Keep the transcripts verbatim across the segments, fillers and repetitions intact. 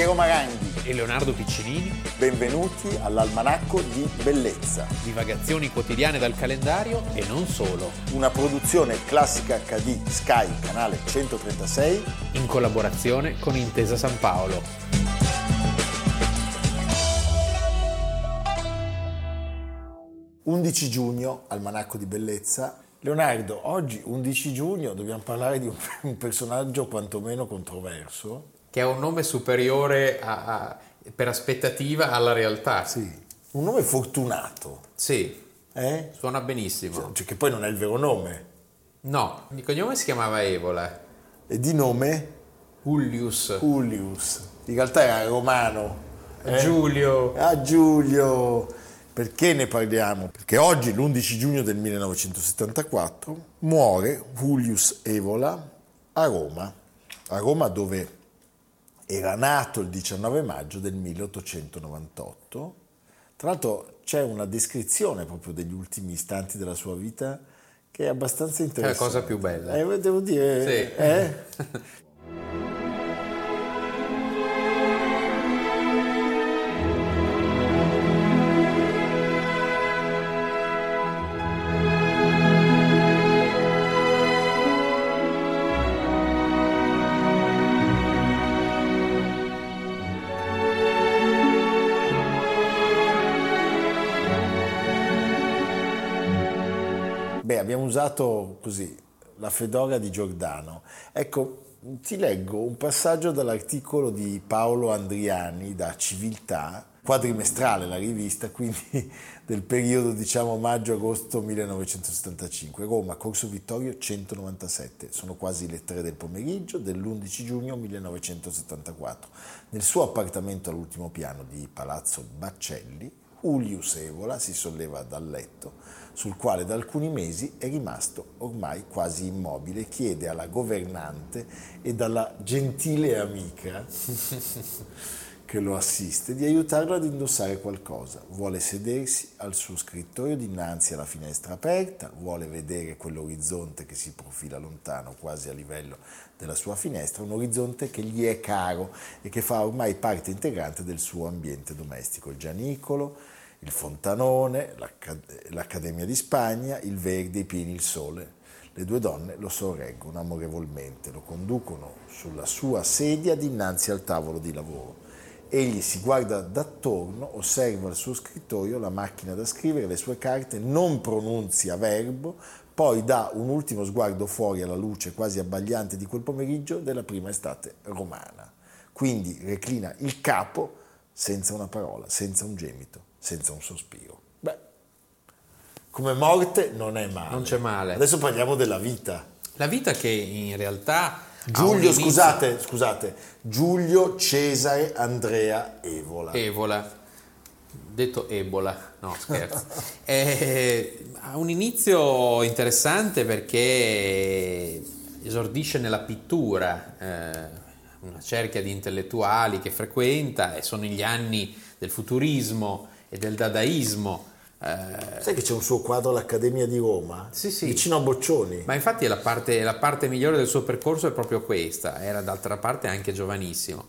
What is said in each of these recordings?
Piero Maranghi e Leonardo Piccinini. Benvenuti all'Almanacco di Bellezza. Divagazioni quotidiane dal calendario e non solo. Una produzione Classica acca di Sky, canale centotrentasei. In collaborazione con Intesa San Paolo. undici giugno, Almanacco di Bellezza. Leonardo, oggi undici giugno dobbiamo parlare di un, un personaggio quantomeno controverso. Che ha un nome superiore a, a, per aspettativa alla realtà. Sì, un nome fortunato. Sì, eh? Suona benissimo. Cioè, che poi non è il vero nome. No, di cognome si chiamava Evola. E di nome? Ullius. Ullius. In realtà era romano. Eh? Giulio. Ah, Giulio. Perché ne parliamo? Perché oggi, l'undici giugno del millenovecentosettantaquattro, muore Julius Evola a Roma. A Roma dove era nato il diciannove maggio del milleottocentonovantotto. Tra l'altro c'è una descrizione proprio degli ultimi istanti della sua vita che è abbastanza interessante. È la cosa più bella. Eh, devo dire, sì. eh? Beh, abbiamo usato così la fedora di Giordano. Ecco, ti leggo un passaggio dall'articolo di Paolo Andriani da Civiltà, quadrimestrale la rivista, quindi del periodo diciamo maggio-agosto millenovecentosettantacinque. Roma, Corso Vittorio centonovantasette. Sono quasi le tre del pomeriggio dell'undici giugno millenovecentosettantaquattro. Nel suo appartamento all'ultimo piano di Palazzo Baccelli, Julius Evola si solleva dal letto, sul quale da alcuni mesi è rimasto ormai quasi immobile, chiede alla governante e alla gentile amica che lo assiste di aiutarlo ad indossare qualcosa. Vuole sedersi al suo scrittoio dinanzi alla finestra aperta, vuole vedere quell'orizzonte che si profila lontano, quasi a livello della sua finestra, un orizzonte che gli è caro e che fa ormai parte integrante del suo ambiente domestico. Il gianicolo, il fontanone, l'Accademia di Spagna, il verde, i pini, il sole. Le due donne lo sorreggono amorevolmente, lo conducono sulla sua sedia dinanzi al tavolo di lavoro. Egli si guarda d'attorno, osserva il suo scrittoio, la macchina da scrivere, le sue carte, non pronunzia verbo, poi dà un ultimo sguardo fuori alla luce quasi abbagliante di quel pomeriggio della prima estate romana. Quindi reclina il capo senza una parola, senza un gemito, senza un sospiro. Beh, come morte non è male. Non c'è male. Adesso parliamo della vita. La vita che in realtà... Giulio, scusate, scusate, Giulio Cesare Andrea Evola. Evola, detto Ebola, no scherzo. eh, ha un inizio interessante perché esordisce nella pittura, eh, una cerchia di intellettuali che frequenta, e sono gli anni del futurismo e del dadaismo. Eh, Sai che c'è un suo quadro all'Accademia di Roma? Sì, sì. Vicino a Boccioni. Ma infatti la parte, la parte migliore del suo percorso è proprio questa, era d'altra parte anche giovanissimo.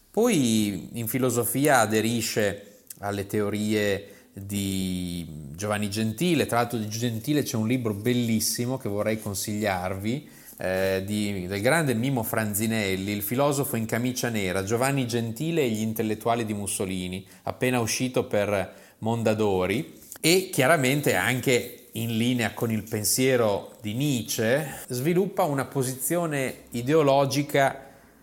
Poi in filosofia aderisce alle teorie di Giovanni Gentile. Tra l'altro di Gentile c'è un libro bellissimo che vorrei consigliarvi, eh, di, del grande Mimo Franzinelli, Il filosofo in camicia nera, Giovanni Gentile e gli intellettuali di Mussolini, appena uscito per Mondadori. E chiaramente anche in linea con il pensiero di Nietzsche sviluppa una posizione ideologica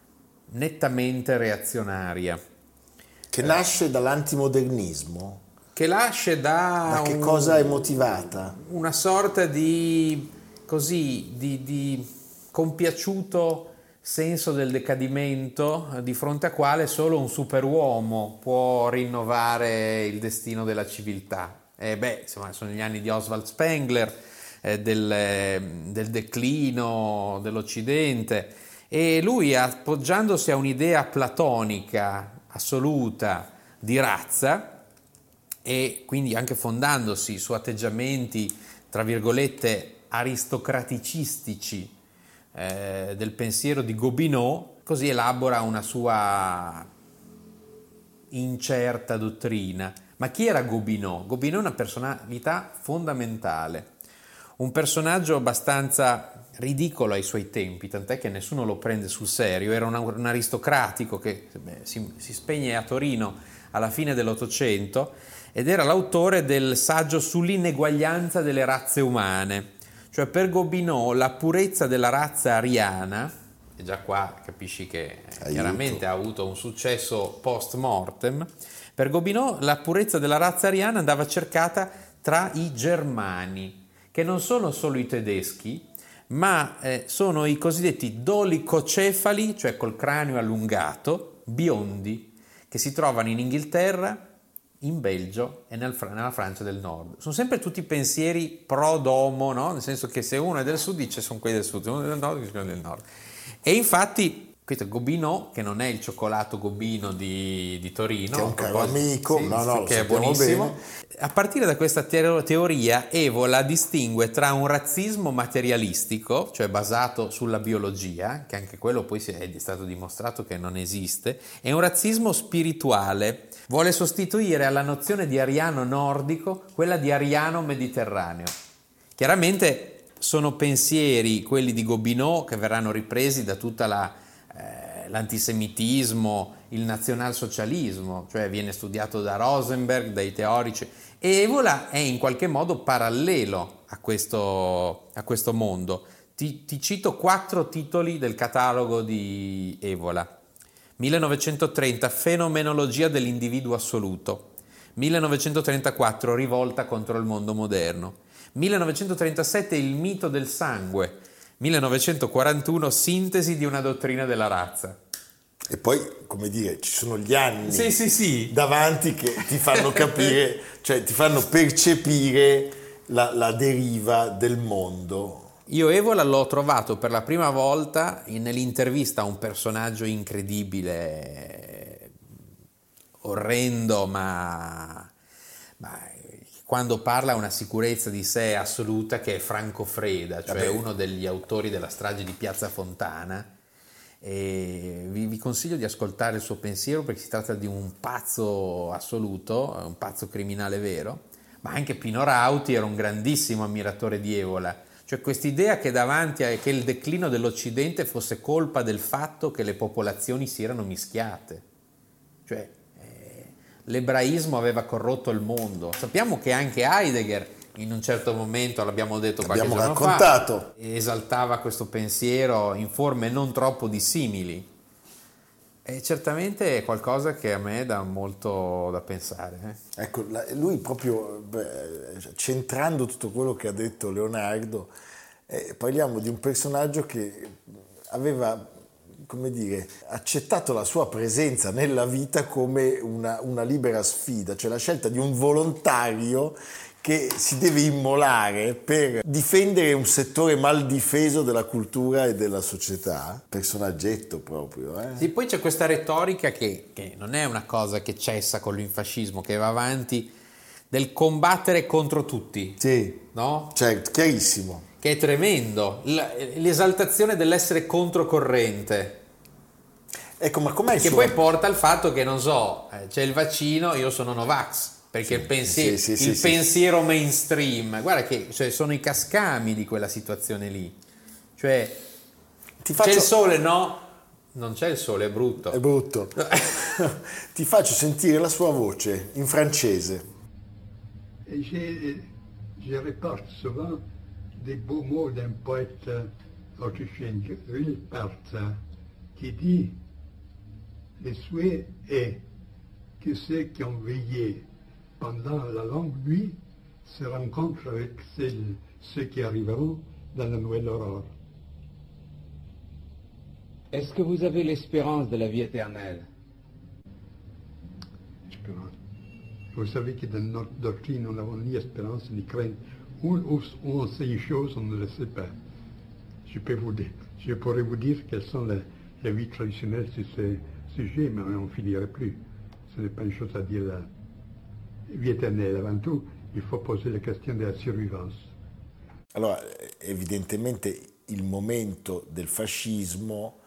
nettamente reazionaria. Che nasce dall'antimodernismo? Che nasce da... Da che un, cosa è motivata? Una sorta di, così, di, di compiaciuto senso del decadimento di fronte a quale solo un superuomo può rinnovare il destino della civiltà. Eh beh, insomma, sono gli anni di Oswald Spengler, eh, del, eh, del declino dell'Occidente, e lui, appoggiandosi a un'idea platonica assoluta di razza e quindi anche fondandosi su atteggiamenti tra virgolette aristocraticistici eh, del pensiero di Gobineau, così elabora una sua incerta dottrina. Ma chi era Gobineau? Gobineau è una personalità fondamentale, un personaggio abbastanza ridicolo ai suoi tempi, tant'è che nessuno lo prende sul serio. Era un, un aristocratico che beh, si, si spegne a Torino alla fine dell'Ottocento ed era l'autore del saggio sull'ineguaglianza delle razze umane. Cioè, per Gobineau la purezza della razza ariana, e già qua capisci che Aiuto. chiaramente ha avuto un successo post mortem, per Gobineau la purezza della razza ariana andava cercata tra i germani, che non sono solo i tedeschi, ma eh, sono i cosiddetti dolicocefali, cioè col cranio allungato, biondi, che si trovano in Inghilterra, in Belgio e nel, nella Francia del Nord. Sono sempre tutti pensieri pro domo, no? Nel senso che se uno è del Sud dice sono quelli del Sud, se uno è del Nord dice quelli del Nord. E infatti questo è Gobineau, che non è il cioccolato Gobino di, di Torino, che è un caro amico, sì, no, no, che è buonissimo. Bene. A partire da questa teoria, Evola distingue tra un razzismo materialistico, cioè basato sulla biologia, che anche quello poi è stato dimostrato che non esiste, e un razzismo spirituale. Vuole sostituire alla nozione di ariano nordico quella di ariano mediterraneo. Chiaramente sono pensieri, quelli di Gobineau, che verranno ripresi da tutta la eh, l'antisemitismo, il nazionalsocialismo, cioè viene studiato da Rosenberg, dai teorici, e Evola è in qualche modo parallelo a questo, a questo mondo. Ti, ti cito quattro titoli del catalogo di Evola. millenovecentotrenta Fenomenologia dell'individuo assoluto, millenovecentotrentaquattro Rivolta contro il mondo moderno, millenovecentotrentasette Il mito del sangue, millenovecentoquarantuno Sintesi di una dottrina della razza. E poi, come dire, ci sono gli anni sì, sì, sì. davanti che ti fanno capire, cioè ti fanno percepire la, la deriva del mondo. Io Evola l'ho trovato per la prima volta nell'intervista a un personaggio incredibile, orrendo, ma, ma quando parla ha una sicurezza di sé assoluta, che è Franco Freda, cioè Vabbè. uno degli autori della strage di Piazza Fontana. E vi, vi consiglio di ascoltare il suo pensiero, perché si tratta di un pazzo assoluto, un pazzo criminale vero. Ma anche Pino Rauti era un grandissimo ammiratore di Evola. Cioè quest'idea che davanti a che il declino dell'Occidente fosse colpa del fatto che le popolazioni si erano mischiate. Cioè eh, l'ebraismo aveva corrotto il mondo. Sappiamo che anche Heidegger in un certo momento, l'abbiamo detto qualche Abbiamo giorno raccontato. fa, esaltava questo pensiero in forme non troppo dissimili. E certamente è qualcosa che a me dà molto da pensare. Eh. Ecco, lui proprio beh, centrando tutto quello che ha detto Leonardo, eh, parliamo di un personaggio che aveva, come dire, accettato la sua presenza nella vita come una, una libera sfida, cioè la scelta di un volontario che si deve immolare per difendere un settore mal difeso della cultura e della società. Personaggetto proprio. Eh? Sì, poi c'è questa retorica che, che non è una cosa che cessa con l'infascismo, che va avanti, del combattere contro tutti. Sì, no? Certo, chiarissimo. Che è tremendo. L'esaltazione dell'essere controcorrente. Ecco, ma com'è il Che suo... poi porta al fatto che, non so, c'è il vaccino, io sono Novax. Perché sì, il, pensiero, sì, sì, il sì, pensiero sì. mainstream, guarda che cioè, sono i cascami di quella situazione lì. Cioè, Ti faccio... c'è il sole, no? Non c'è il sole, è brutto. È brutto. Ti faccio sentire la sua voce in francese. Je, je reporte souvent des beaux mots d'un poète autrichien, Wilpert, qui dit le souhait est que ceux qui ont veillé pendant la longue nuit se rencontrent avec celles, ceux qui arriveront dans la nouvelle aurore. Est-ce que vous avez l'espérance de la vie éternelle? Espérance. Vous savez que dans notre doctrine, nous n'avons ni espérance ni crainte. Où, où, où on sait une chose, on ne le sait pas. Je peux vous dire, je pourrais vous dire quelles sont les, les vies traditionnelles sur ce sujet, mais on n'en finirait plus. Ce n'est pas une chose à dire la vie éternelle. Avant tout, il faut poser la question della survivenza. Allora, evidentemente il momento del fascismo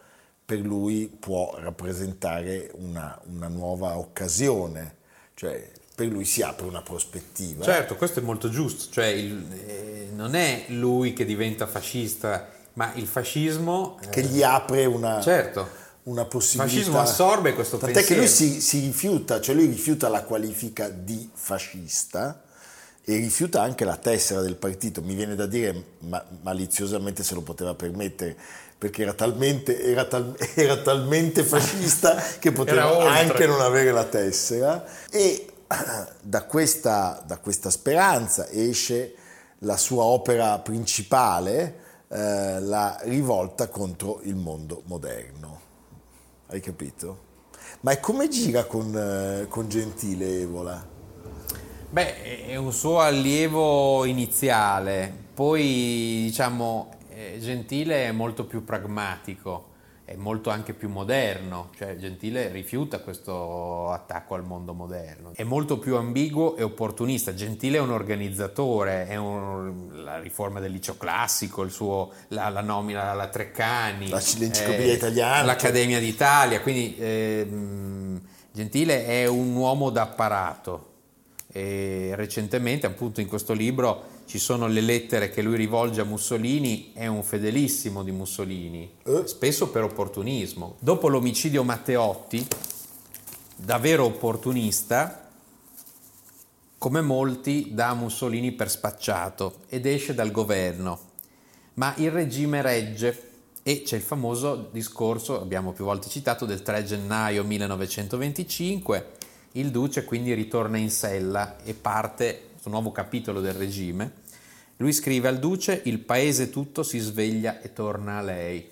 per lui può rappresentare una, una nuova occasione, cioè per lui si apre una prospettiva. Certo, questo è molto giusto, cioè il, eh, non è lui che diventa fascista, ma il fascismo... Che eh, gli apre una, certo. una possibilità. Il fascismo assorbe questo Tant'è pensiero. che lui si, si rifiuta, cioè lui rifiuta la qualifica di fascista e rifiuta anche la tessera del partito. Mi viene da dire ma, maliziosamente se lo poteva permettere, perché era talmente, era tal, era talmente fascista che poteva anche non avere la tessera. E da questa, da questa speranza esce la sua opera principale, eh, la rivolta contro il mondo moderno. Hai capito? Ma è come gira con, eh, con Gentile Evola? Beh, è un suo allievo iniziale, poi diciamo Gentile è molto più pragmatico, è molto anche più moderno, cioè Gentile rifiuta questo attacco al mondo moderno, è molto più ambiguo e opportunista. Gentile è un organizzatore, è un, la riforma del liceo classico, il suo, la, la nomina alla Treccani, la, l'enciclopedia eh, italiana, l'Accademia cioè. d'Italia, quindi eh, Gentile è un uomo d'apparato. E recentemente appunto in questo libro ci sono le lettere che lui rivolge a Mussolini, è un fedelissimo di Mussolini, eh? spesso per opportunismo. Dopo l'omicidio Matteotti, davvero opportunista, come molti dà a Mussolini per spacciato ed esce dal governo, ma il regime regge e c'è il famoso discorso, abbiamo più volte citato, del tre gennaio millenovecentoventicinque. Il duce quindi ritorna in sella e parte questo nuovo capitolo del regime. Lui scrive al duce: il paese tutto si sveglia e torna a lei.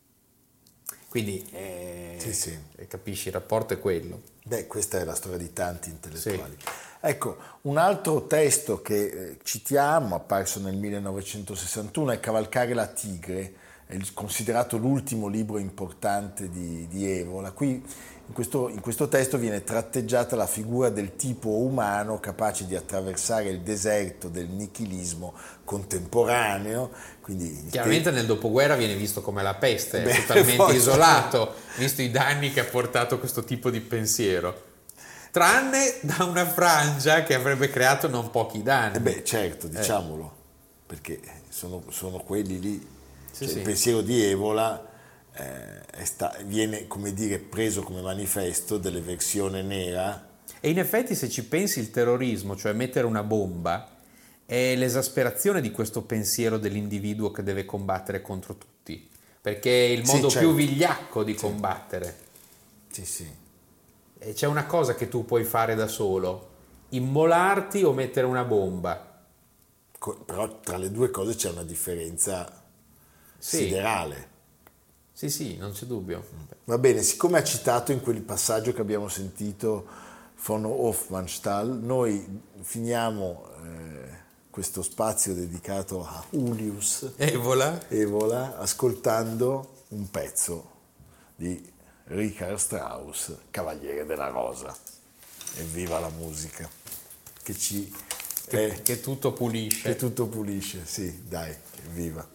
Quindi eh, sì, sì. capisci, il rapporto è quello. Beh, questa è la storia di tanti intellettuali. Sì. Ecco, un altro testo che eh, citiamo, apparso nel millenovecentosessantuno, è Cavalcare la tigre, è considerato l'ultimo libro importante di, di Evola. Qui in questo, in questo testo viene tratteggiata la figura del tipo umano capace di attraversare il deserto del nichilismo contemporaneo. Quindi chiaramente te... nel dopoguerra viene visto come la peste, Beh, è totalmente forse... isolato, visto i danni che ha portato questo tipo di pensiero. Tranne da una frangia che avrebbe creato non pochi danni. Eh beh, certo, diciamolo, eh. perché sono, sono quelli lì. Sì, cioè, sì. Il pensiero di Evola eh, è sta, viene, come dire, preso come manifesto dell'eversione nera. E in effetti, se ci pensi, il terrorismo, cioè mettere una bomba, è l'esasperazione di questo pensiero dell'individuo che deve combattere contro tutti, perché è il modo sì, certo. più vigliacco di sì. combattere. Sì, sì. E c'è una cosa che tu puoi fare da solo: immolarti o mettere una bomba. Co- però tra le due cose c'è una differenza sì. siderale. Sì, sì, non c'è dubbio. Va bene, siccome ha citato in quel passaggio che abbiamo sentito von Hofmannsthal, noi finiamo eh, questo spazio dedicato a Julius Evola. Evola ascoltando un pezzo di Richard Strauss, Cavaliere della Rosa. Evviva la musica che ci che, è, che tutto pulisce. Che tutto pulisce, sì, dai, evviva.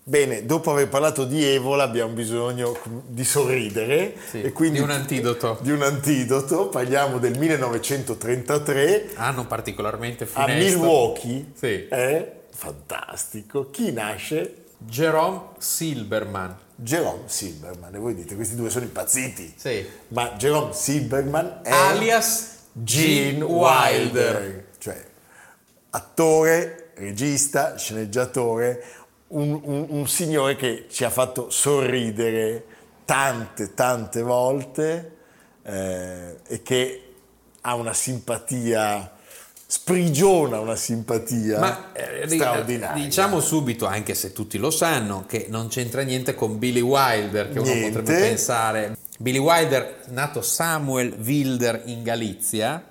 Bene, dopo aver parlato di Evola abbiamo bisogno di sorridere, sì, e quindi di un antidoto. Di un antidoto, parliamo del millenovecentotrentatré, anno particolarmente a funesto. Milwaukee, Sì. È fantastico. Chi nasce? Jerome Silberman. Jerome Silberman, e voi dite questi due sono impazziti, Sì. ma Jerome Silberman è alias Gene Gene Wilder, Wilder. cioè attore, regista, sceneggiatore, un, un, un signore che ci ha fatto sorridere tante tante volte, eh, e che ha una simpatia, sprigiona una simpatia Ma eh, straordinaria. diciamo subito, anche se tutti lo sanno, che non c'entra niente con Billy Wilder, che Niente. uno potrebbe pensare. Billy Wilder, nato Samuel Wilder in Galizia.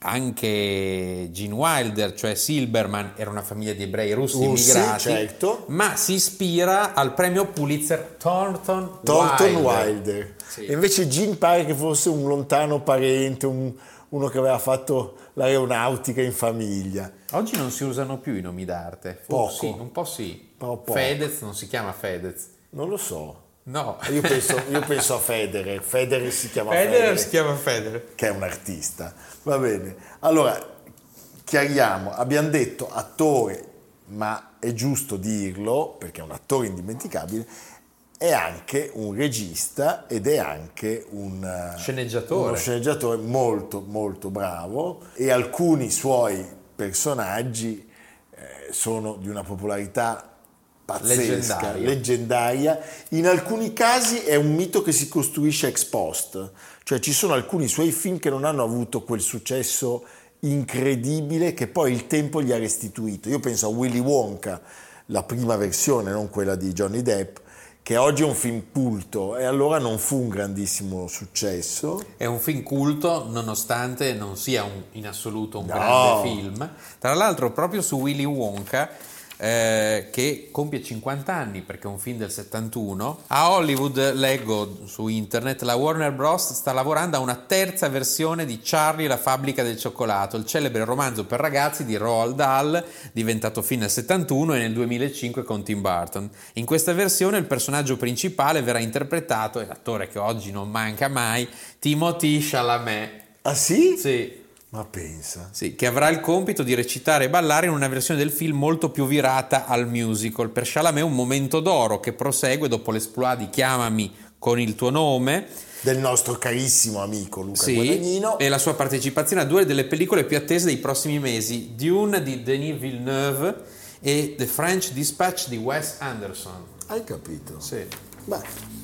Anche Gene Wilder, cioè Silberman, era una famiglia di ebrei russi, Russi, immigrati, certo. ma si ispira al premio Pulitzer Thornton, Thornton Wilder. Wilder. Sì. E invece Gene pare che fosse un lontano parente, un, uno che aveva fatto l'aeronautica in famiglia. Oggi non si usano più i nomi d'arte. Poco. Sì, un po' sì. Po- poco. Fedez non si chiama Fedez. Non lo so. No. Io penso, io penso a Federer. Federer si chiama Federer Federer, si chiama Federer. che è un artista. Va bene. Allora, chiariamo, abbiamo detto attore, ma è giusto dirlo perché è un attore indimenticabile, è anche un regista ed è anche un Sceneggiatore. uno sceneggiatore molto molto bravo, e alcuni suoi personaggi eh, sono di una popolarità pazzesca, Leggendaria. leggendaria. In alcuni casi è un mito che si costruisce ex post, cioè ci sono alcuni suoi film che non hanno avuto quel successo incredibile che poi il tempo gli ha restituito. Io penso a Willy Wonka, la prima versione, non quella di Johnny Depp, che oggi è un film culto, e allora non fu un grandissimo successo. È un film culto nonostante non sia un, in assoluto un No. grande film. Tra l'altro proprio su Willy Wonka, eh, che compie cinquanta anni perché è un film del settantuno, a Hollywood, leggo su internet, la Warner Bros. Sta lavorando a una terza versione di Charlie e la fabbrica del cioccolato, il celebre romanzo per ragazzi di Roald Dahl, diventato film nel settantuno e nel duemilacinque con Tim Burton. In questa versione il personaggio principale verrà interpretato, è l'attore che oggi non manca mai, Timothée Chalamet. Ah sì? Sì. Ma pensa. Sì, che avrà il compito di recitare e ballare in una versione del film molto più virata al musical. Per Chalamet è un momento d'oro che prosegue dopo l'esploit di Chiamami con il tuo nome, Del nostro carissimo amico Luca sì, Guadagnino. e la sua partecipazione a due delle pellicole più attese dei prossimi mesi, Dune di Denis Villeneuve e The French Dispatch di Wes Anderson. Hai capito? Sì. Beh.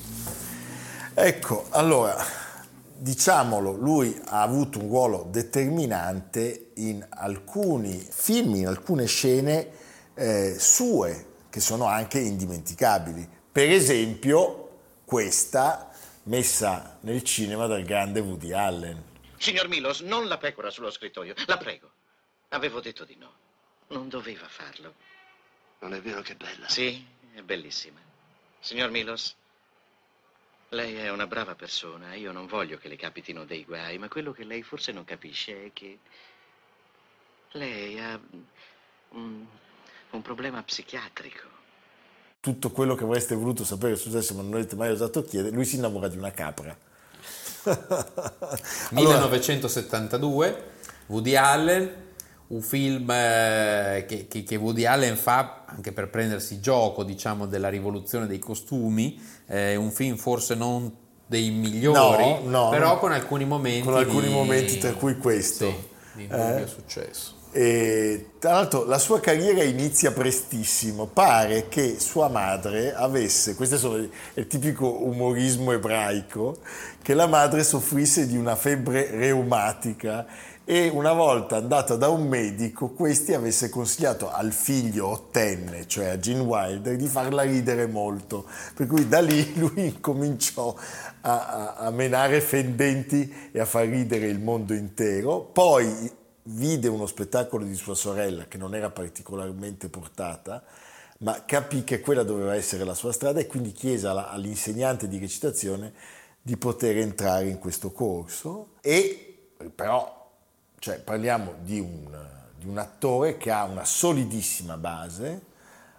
Ecco, allora, diciamolo, lui ha avuto un ruolo determinante in alcuni film, in alcune scene eh, sue, che sono anche indimenticabili. Per esempio, questa messa nel cinema dal grande Woody Allen. Signor Milos, non la pecora sullo scrittoio, la prego. Avevo detto di no. Non doveva farlo. Non è vero che è bella? Sì, è bellissima. Signor Milos, lei è una brava persona, io non voglio che le capitino dei guai, ma quello che lei forse non capisce è che lei ha un, un problema psichiatrico. Tutto quello che avreste voluto sapere è successo ma non avete mai osato chiedere. Lui si innamora di una capra. Allora, millenovecentosettantadue, Woody Allen, un film eh, che, che, che Woody Allen fa anche per prendersi gioco, diciamo, della rivoluzione dei costumi, è un film forse non dei migliori, No, no, però no. con alcuni momenti con alcuni di- momenti, tra cui questo. sì, di indubbio Eh? successo. E tra l'altro la sua carriera inizia prestissimo. Pare che sua madre avesse, questo sono il, è il tipico umorismo ebraico, che la madre soffrisse di una febbre reumatica e una volta andata da un medico questi avesse consigliato al figlio ottenne, cioè a Gene Wilder, di farla ridere molto, per cui da lì lui incominciò a, a, a menare fendenti e a far ridere il mondo intero. Poi vide uno spettacolo di sua sorella che non era particolarmente portata, ma capì che quella doveva essere la sua strada e quindi chiese alla, all'insegnante di recitazione di poter entrare in questo corso. E però, cioè, parliamo di un, di un attore che ha una solidissima base,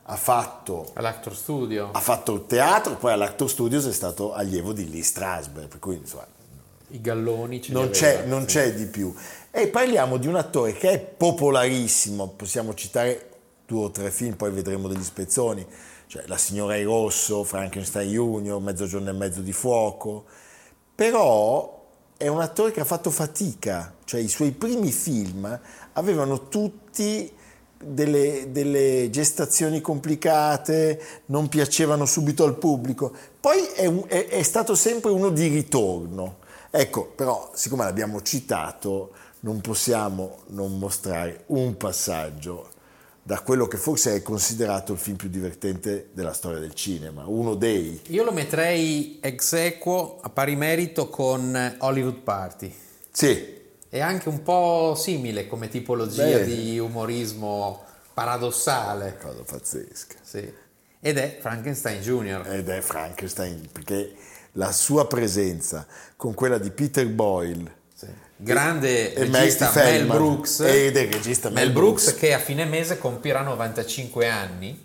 ha fatto, all'Actor Studio. ha fatto il teatro, poi all'Actor Studios è stato allievo di Lee Strasberg, per cui insomma I galloni ce li non, aveva, c'è, non sì. c'è di più. E parliamo di un attore che è popolarissimo, possiamo citare due o tre film, poi vedremo degli spezzoni, cioè La signora in rosso, Frankenstein Junior, Mezzogiorno e mezzo di fuoco, però è un attore che ha fatto fatica, cioè i suoi primi film avevano tutti delle, delle gestazioni complicate, non piacevano subito al pubblico, poi è, un, è, è stato sempre uno di ritorno. Ecco, però, siccome l'abbiamo citato, non possiamo non mostrare un passaggio da quello che forse è considerato il film più divertente della storia del cinema, uno dei... Io lo metterei ex aequo a pari merito con Hollywood Party. Sì. È anche un po' simile come tipologia Beh. di umorismo paradossale. Cosa pazzesca. Sì. Ed è Frankenstein Junior. Ed è Frankenstein, perché la sua presenza con quella di Peter Boyle, Sì. Grande e regista Matthew Mel Feldman, Brooks, ed il regista Mel, Mel Brooks che a fine mese compirà novantacinque anni,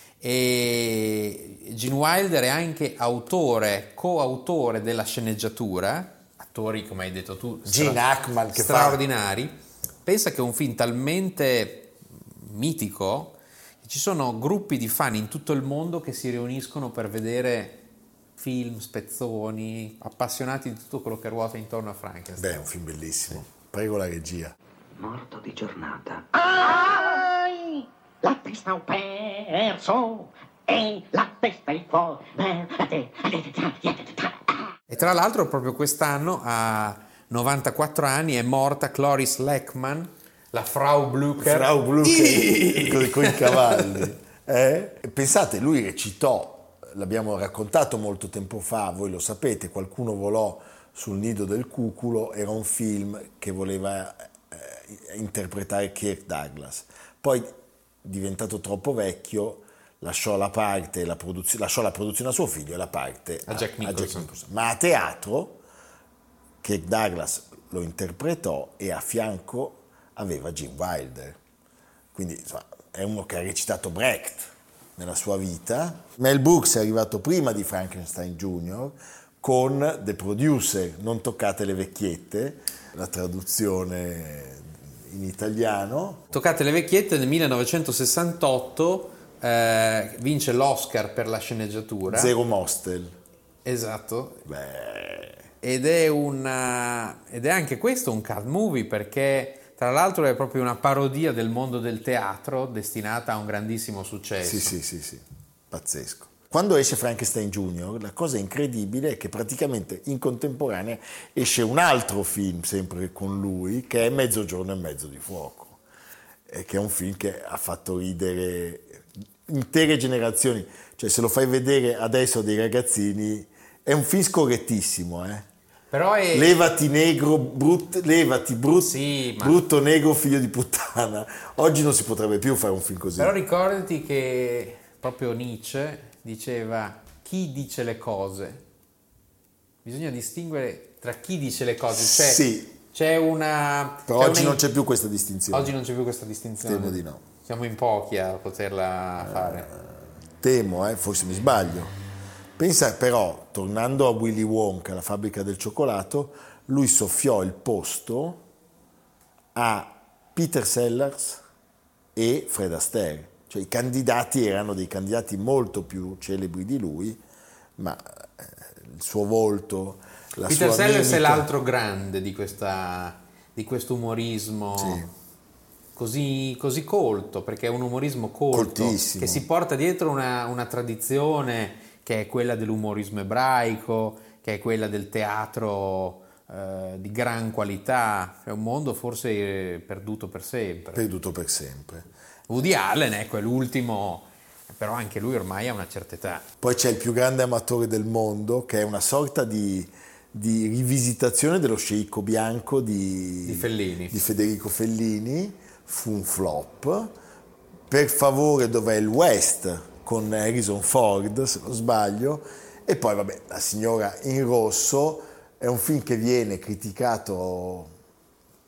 e Gene Wilder è anche autore, coautore della sceneggiatura, attori come hai detto tu Gene stra- Hackman che straordinari. Pensa che è un film talmente mitico che ci sono gruppi di fan in tutto il mondo che si riuniscono per vedere film, spezzoni, appassionati di tutto quello che ruota intorno a Frankenstein. Beh, è un film bellissimo. Prego la regia. Morto di giornata. Ai, la testa ho perso e la testa è fuori. E tra l'altro proprio quest'anno a novantaquattro anni è morta Cloris Leckman, la Frau Blücher. Frau Blücher con, con i cavalli. Eh? Pensate, lui recitò, l'abbiamo raccontato molto tempo fa, voi lo sapete, Qualcuno volò sul nido del cuculo, era un film che voleva eh, interpretare Kirk Douglas. Poi, diventato troppo vecchio, lasciò la parte, la produzione, lasciò la produzione a suo figlio e la parte A Jack Nicholson. a Jack Nicholson. Ma a teatro Kirk Douglas lo interpretò e a fianco aveva Gene Wilder. Quindi insomma, è uno che ha recitato Brecht nella sua vita. Mel Brooks è arrivato prima di Frankenstein Junior con The Producer, Non toccate le vecchiette, la traduzione in italiano. Toccate le vecchiette nel millenovecentosessantotto, eh, vince l'Oscar per la sceneggiatura. Zero Mostel. Esatto. Beh, Ed è, una, ed è anche questo un cult movie, perché tra l'altro è proprio una parodia del mondo del teatro destinata a un grandissimo successo. sì, sì, sì, sì, pazzesco. Quando esce Frankenstein Junior, la cosa incredibile è che praticamente in contemporanea esce un altro film, sempre con lui, che è Mezzogiorno e mezzo di fuoco, eh, che è un film che ha fatto ridere intere generazioni. Cioè, se lo fai vedere adesso a dei ragazzini, è un film scorrettissimo, eh. Però è... Levati negro, brut, levati brut, Sì, ma- brutto negro, figlio di puttana. Oggi non si potrebbe più fare un film così. Però ricordati che proprio Nietzsche diceva: chi dice le cose? Bisogna distinguere tra chi dice le cose. Cioè, Sì. c'è una... Però c'è oggi una- non c'è più questa distinzione. Oggi non c'è più questa distinzione. Temo di no. Siamo in pochi a poterla fare. Temo, eh, forse mi sbaglio. Pensa però, tornando a Willy Wonka, la fabbrica del cioccolato, lui soffiò il posto a Peter Sellers e Fred Astaire. Cioè i candidati erano dei candidati molto più celebri di lui, ma eh, il suo volto, la Peter sua Sellers è mimica- l'altro grande di questa di questo umorismo Sì. così, così colto, perché è un umorismo colto Coltissimo. che si porta dietro una, una tradizione che è quella dell'umorismo ebraico, che è quella del teatro eh, di gran qualità. È un mondo forse perduto per sempre. perduto per sempre. Woody Allen, ecco, è l'ultimo, però anche lui ormai ha una certa età. Poi c'è il più grande amatore del mondo, che è una sorta di, di rivisitazione dello sceicco bianco di, Di Fellini. di Federico Fellini. Fu un flop. Per favore, dov'è il West? Con Harrison Ford, se non sbaglio. E poi, vabbè, La signora in rosso è un film che viene criticato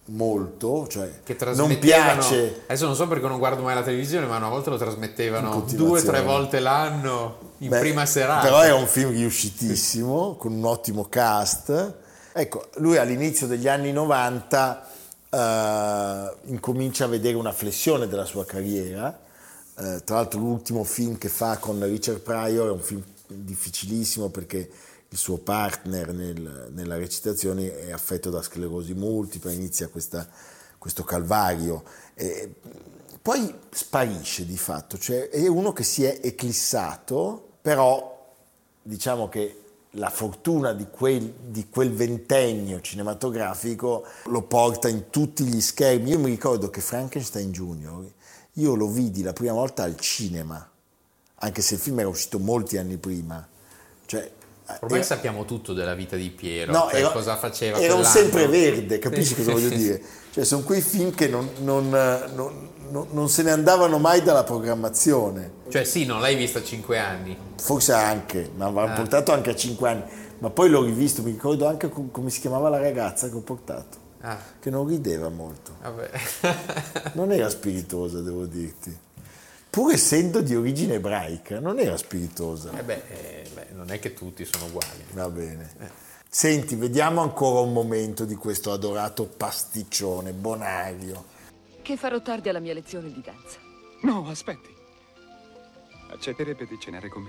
molto, cioè che non piace. Adesso non so perché non guardo mai la televisione, ma una volta lo trasmettevano due o tre volte l'anno in Beh, prima serata. Però è un film riuscitissimo, con un ottimo cast. Ecco, lui all'inizio degli anni novanta eh, incomincia a vedere una flessione della sua carriera. Eh, tra l'altro l'ultimo film che fa con Richard Pryor è un film difficilissimo perché il suo partner nel, nella recitazione è affetto da sclerosi multipla, inizia questa, questo calvario, e poi sparisce di fatto, cioè è uno che si è eclissato, però diciamo che la fortuna di quel, di quel ventennio cinematografico lo porta in tutti gli schermi. Io mi ricordo che Frankenstein Junior io lo vidi la prima volta al cinema, anche se il film era uscito molti anni prima, cioè ormai era... sappiamo tutto della vita di Piero, no, cioè era, cosa faceva era un quell'anno. sempreverde, capisci cosa voglio dire? Cioè sono quei film che non, non, non, non, non se ne andavano mai dalla programmazione. Cioè sì, non l'hai vista a cinque anni? Forse anche, ma aveva ah. portato anche a cinque anni, ma poi l'ho rivisto, mi ricordo anche come si chiamava la ragazza che ho portato, ah. che non rideva molto. Vabbè. Non era spiritosa, devo dirti. Pur essendo di origine ebraica, non era spiritosa. Eh beh, eh, beh, non è che tutti sono uguali. Va bene. Eh. Senti, vediamo ancora un momento di questo adorato pasticcione bonario. Che farò tardi alla mia lezione di danza. No, aspetti. Accetterebbe di cenare con me?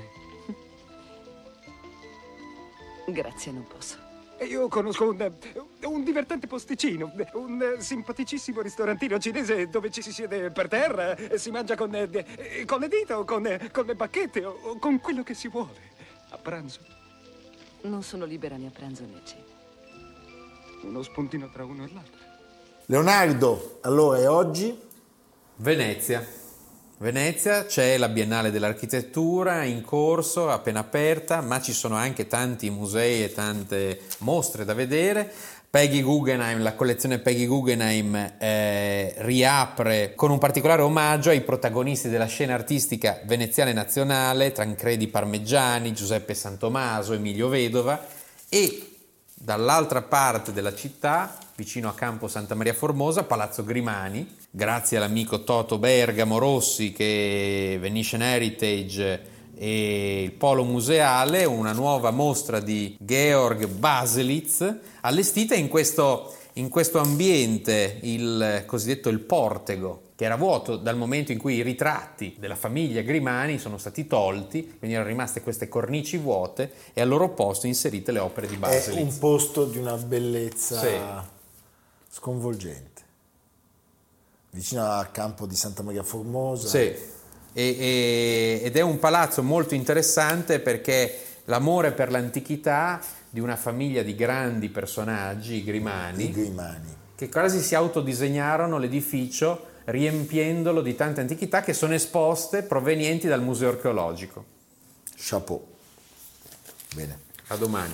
Grazie, non posso. Io conosco un, un divertente posticino, un simpaticissimo ristorantino cinese dove ci si siede per terra e si mangia con, con le dita o con, con le bacchette o con quello che si vuole. A pranzo. Non sono libera né a pranzo né a cena. Uno spuntino tra uno e l'altro. Leonardo, allora è oggi? Venezia. Venezia, c'è la Biennale dell'Architettura in corso, appena aperta, ma ci sono anche tanti musei e tante mostre da vedere. Peggy Guggenheim, la collezione Peggy Guggenheim eh, riapre con un particolare omaggio ai protagonisti della scena artistica veneziana e nazionale, Tancredi Parmigiani, Giuseppe Santomaso, Emilio Vedova, e dall'altra parte della città, vicino a Campo Santa Maria Formosa, Palazzo Grimani, grazie all'amico Toto Bergamo Rossi che Venetian Heritage e il Polo Museale, una nuova mostra di Georg Baselitz, allestita in questo, in questo ambiente, il cosiddetto il Portego, che era vuoto dal momento in cui i ritratti della famiglia Grimani sono stati tolti, quindi erano rimaste queste cornici vuote e al loro posto inserite le opere di Baselitz. È un posto di una bellezza sì. sconvolgente, vicino al campo di Santa Maria Formosa. Sì. E, e, ed è un palazzo molto interessante perché l'amore per l'antichità di una famiglia di grandi personaggi, i Grimani, I Grimani, che quasi si autodisegnarono l'edificio riempiendolo di tante antichità che sono esposte provenienti dal museo archeologico. Chapeau. Bene. A domani.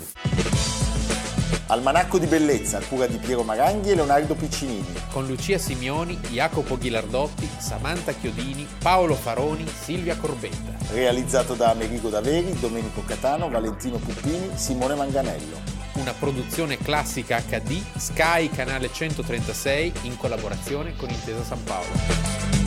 Almanacco di bellezza, a cura di Piero Maranghi e Leonardo Piccinini. Con Lucia Simioni, Jacopo Ghilardotti, Samantha Chiodini, Paolo Faroni, Silvia Corbetta. Realizzato da Amerigo Daveri, Domenico Catano, Valentino Puppini, Simone Manganello. Una produzione classica acca di, Sky Canale centotrentasei, in collaborazione con Intesa San Paolo.